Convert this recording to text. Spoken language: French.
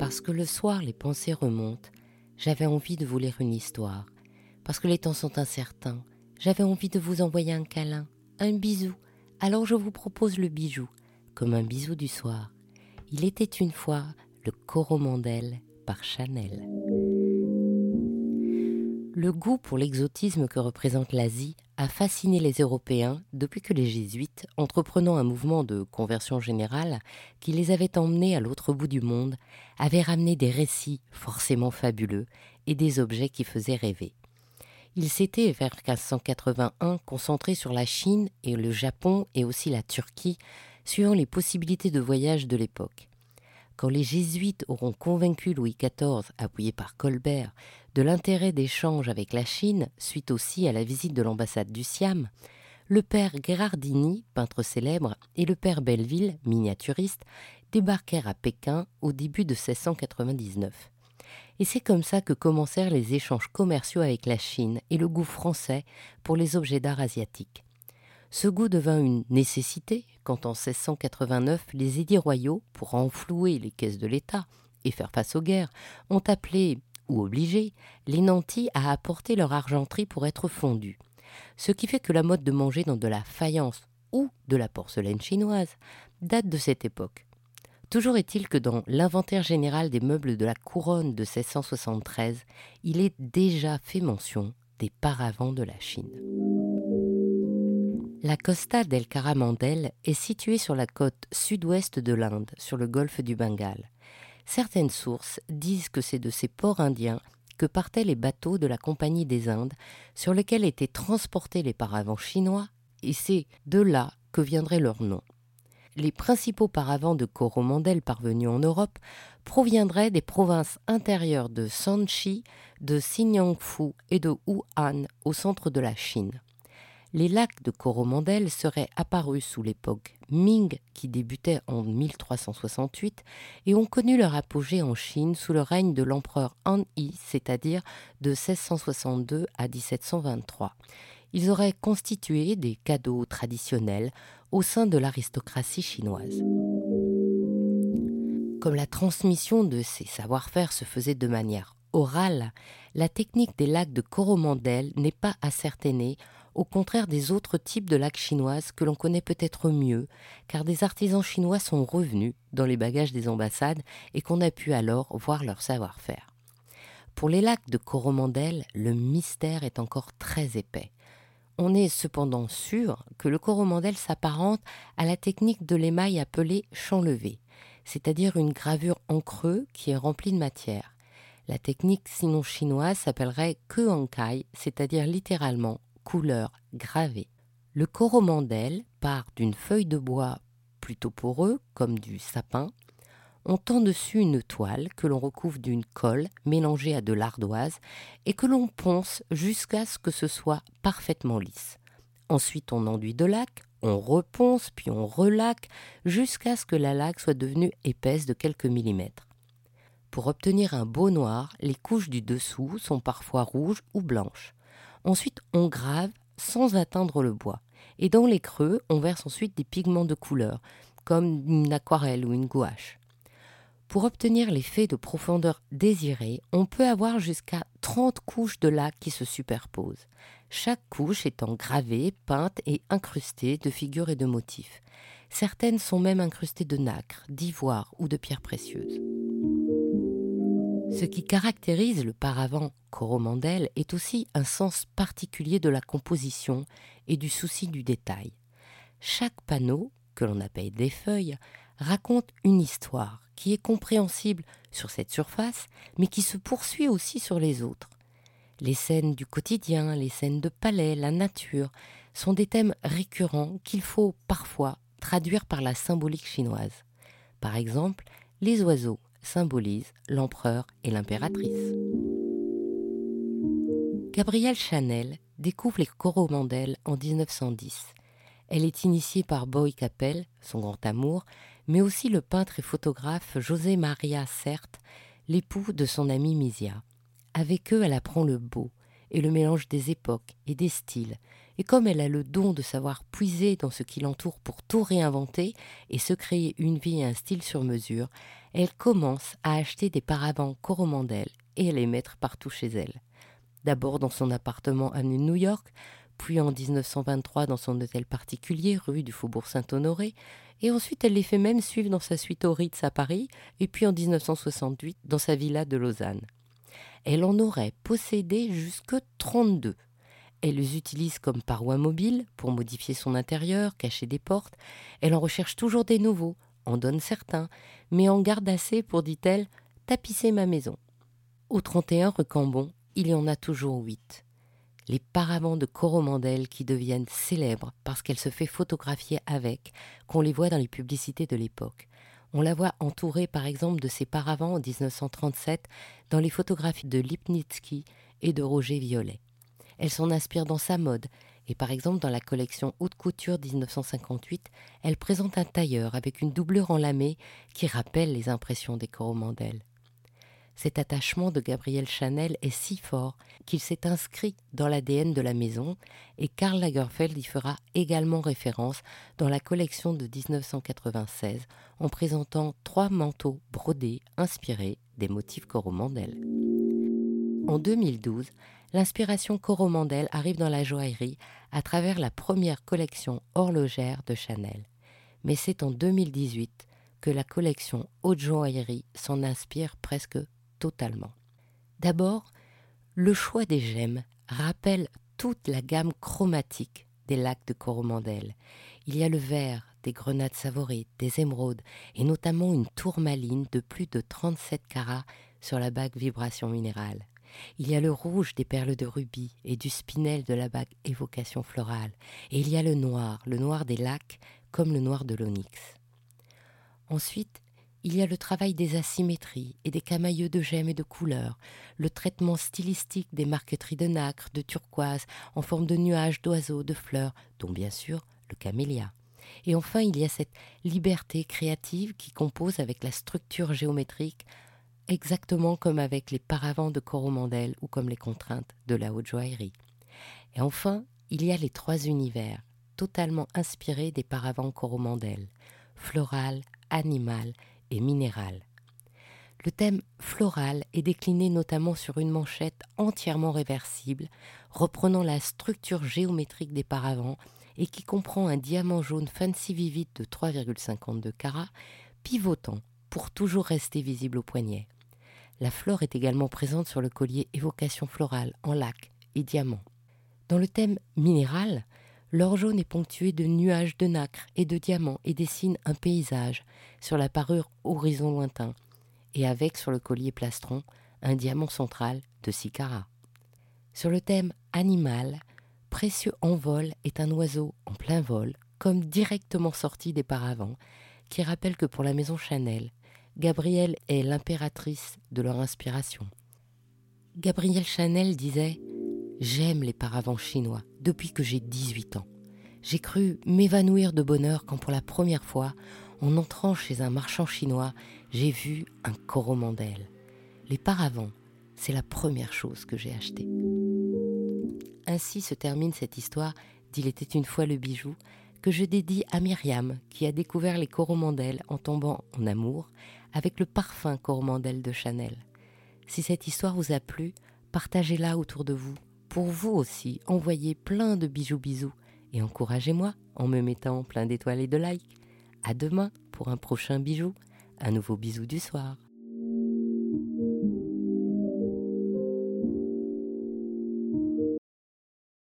Parce que le soir, les pensées remontent, j'avais envie de vous lire une histoire. Parce que les temps sont incertains, j'avais envie de vous envoyer un câlin, un bisou. Alors je vous propose le bijou, comme un bisou du soir. Il était une fois le Coromandel par Chanel. Le goût pour l'exotisme que représente l'Asie a fasciné les Européens depuis que les Jésuites, entreprenant un mouvement de conversion générale qui les avait emmenés à l'autre bout du monde, avaient ramené des récits forcément fabuleux et des objets qui faisaient rêver. Ils s'étaient, vers 1581, concentrés sur la Chine et le Japon et aussi la Turquie, suivant les possibilités de voyage de l'époque. Quand les Jésuites auront convaincu Louis XIV, appuyé par Colbert, de l'intérêt d'échanges avec la Chine, suite aussi à la visite de l'ambassade du Siam, le père Gherardini, peintre célèbre, et le père Belleville, miniaturiste, débarquèrent à Pékin au début de 1699. Et c'est comme ça que commencèrent les échanges commerciaux avec la Chine et le goût français pour les objets d'art asiatiques. Ce goût devint une nécessité quand en 1689, les édits royaux, pour renflouer les caisses de l'État et faire face aux guerres, ont appelé, ou obligé, les nantis à apporter leur argenterie pour être fondue. Ce qui fait que la mode de manger dans de la faïence ou de la porcelaine chinoise date de cette époque. Toujours est-il que dans l'inventaire général des meubles de la couronne de 1673, il est déjà fait mention des paravents de la Chine. La Costa del Caramandel est située sur la côte sud-ouest de l'Inde, sur le golfe du Bengale. Certaines sources disent que c'est de ces ports indiens que partaient les bateaux de la Compagnie des Indes, sur lesquels étaient transportés les paravents chinois, et c'est de là que viendrait leur nom. Les principaux paravents de Coromandel parvenus en Europe proviendraient des provinces intérieures de Shanxi, de Xinjiangfu et de Wuhan, au centre de la Chine. Les lacs de Coromandel seraient apparus sous l'époque Ming, qui débutait en 1368, et ont connu leur apogée en Chine sous le règne de l'empereur Han Yi, c'est-à-dire de 1662 à 1723. Ils auraient constitué des cadeaux traditionnels au sein de l'aristocratie chinoise. Comme la transmission de ces savoir-faire se faisait de manière orale, la technique des lacs de Coromandel n'est pas ascertainée, au contraire des autres types de lacs chinoises que l'on connaît peut-être mieux, car des artisans chinois sont revenus dans les bagages des ambassades et qu'on a pu alors voir leur savoir-faire. Pour les lacs de Coromandel, le mystère est encore très épais. On est cependant sûr que le Coromandel s'apparente à la technique de l'émail appelée chanlevé, c'est-à-dire une gravure en creux qui est remplie de matière. La technique sinon chinoise s'appellerait Queankai, c'est-à-dire littéralement couleur gravée. Le Coromandel part d'une feuille de bois plutôt poreux, comme du sapin. On tend dessus une toile que l'on recouvre d'une colle mélangée à de l'ardoise et que l'on ponce jusqu'à ce que ce soit parfaitement lisse. Ensuite, on enduit de laque, on reponce puis on relaque jusqu'à ce que la laque soit devenue épaisse de quelques millimètres. Pour obtenir un beau noir, les couches du dessous sont parfois rouges ou blanches. Ensuite, on grave sans atteindre le bois. Et dans les creux, on verse ensuite des pigments de couleur, comme une aquarelle ou une gouache. Pour obtenir l'effet de profondeur désiré, on peut avoir jusqu'à 30 couches de laque qui se superposent. Chaque couche étant gravée, peinte et incrustée de figures et de motifs. Certaines sont même incrustées de nacre, d'ivoire ou de pierres précieuses. Ce qui caractérise le paravent Coromandel est aussi un sens particulier de la composition et du souci du détail. Chaque panneau, que l'on appelle des feuilles, raconte une histoire qui est compréhensible sur cette surface, mais qui se poursuit aussi sur les autres. Les scènes du quotidien, les scènes de palais, la nature, sont des thèmes récurrents qu'il faut parfois traduire par la symbolique chinoise. Par exemple, les oiseaux symbolisent l'empereur et l'impératrice. Gabrielle Chanel découvre les Coromandel en 1910. Elle est initiée par Boy Capel, son grand amour, mais aussi le peintre et photographe José Maria Sert, l'époux de son amie Misia. Avec eux, elle apprend le beau et le mélange des époques et des styles, Et comme elle a le don de savoir puiser dans ce qui l'entoure pour tout réinventer et se créer une vie et un style sur mesure, elle commence à acheter des paravents Coromandel et à les mettre partout chez elle. D'abord dans son appartement à New York, puis en 1923 dans son hôtel particulier rue du Faubourg Saint-Honoré, et ensuite elle les fait même suivre dans sa suite au Ritz à Paris, et puis en 1968 dans sa villa de Lausanne. Elle en aurait possédé jusque 32. Elle les utilise comme parois mobiles pour modifier son intérieur, cacher des portes. Elle en recherche toujours des nouveaux, en donne certains, mais en garde assez pour, dit-elle, tapisser ma maison. Au 31 rue Cambon, il y en a toujours 8. Les paravents de Coromandel qui deviennent célèbres parce qu'elle se fait photographier avec, qu'on les voit dans les publicités de l'époque. On la voit entourée par exemple de ses paravents en 1937 dans les photographies de Lipnitsky et de Roger Violet. Elle s'en inspire dans sa mode et par exemple dans la collection Haute Couture 1958, elle présente un tailleur avec une doublure enlamée qui rappelle les impressions des Coromandel. Cet attachement de Gabrielle Chanel est si fort qu'il s'est inscrit dans l'ADN de la maison et Karl Lagerfeld y fera également référence dans la collection de 1996 en présentant 3 manteaux brodés inspirés des motifs Coromandel. En 2012, l'inspiration Coromandel arrive dans la joaillerie à travers la première collection horlogère de Chanel. Mais c'est en 2018 que la collection haute joaillerie s'en inspire presque totalement. D'abord, le choix des gemmes rappelle toute la gamme chromatique des lacs de Coromandel. Il y a le vert, des grenades savorites, des émeraudes et notamment une tourmaline de plus de 37 carats sur la bague Vibration Minérale. Il y a le rouge des perles de rubis et du spinel de la bague Évocation Florale. Et il y a le noir des lacs comme le noir de l'onyx. Ensuite, il y a le travail des asymétries et des camailleux de gemmes et de couleurs, le traitement stylistique des marqueteries de nacre, de turquoise, en forme de nuages, d'oiseaux, de fleurs, dont bien sûr le camélia. Et enfin, il y a cette liberté créative qui compose avec la structure géométrique, exactement comme avec les paravents de Coromandel ou comme les contraintes de la haute joaillerie. Et enfin, il y a les 3 univers, totalement inspirés des paravents Coromandel, floral, animal et minéral. Le thème floral est décliné notamment sur une manchette entièrement réversible, reprenant la structure géométrique des paravents et qui comprend un diamant jaune Fancy Vivid de 3,52 carats, pivotant pour toujours rester visible au poignet. La flore est également présente sur le collier Évocation Florale en lac et diamant. Dans le thème minéral, l'or jaune est ponctué de nuages de nacre et de diamants et dessine un paysage sur la parure horizon lointain et avec sur le collier plastron un diamant central de 6 carats. Sur le thème animal, Précieux Envol est un oiseau en plein vol, comme directement sorti des paravents, qui rappelle que pour la maison Chanel, Gabrielle est l'impératrice de leur inspiration. Gabrielle Chanel disait « J'aime les paravents chinois depuis que j'ai 18 ans. J'ai cru m'évanouir de bonheur quand pour la première fois, en entrant chez un marchand chinois, j'ai vu un Coromandel. Les paravents, c'est la première chose que j'ai achetée. » Ainsi se termine cette histoire d'Il était une fois le bijou, que je dédie à Myriam, qui a découvert les Coromandel en tombant en amour avec le parfum Coromandel de Chanel. Si cette histoire vous a plu, partagez-la autour de vous. Pour vous aussi, envoyez plein de bisous et encouragez-moi en me mettant plein d'étoiles et de likes. À demain pour un prochain bijou, un nouveau bisou du soir.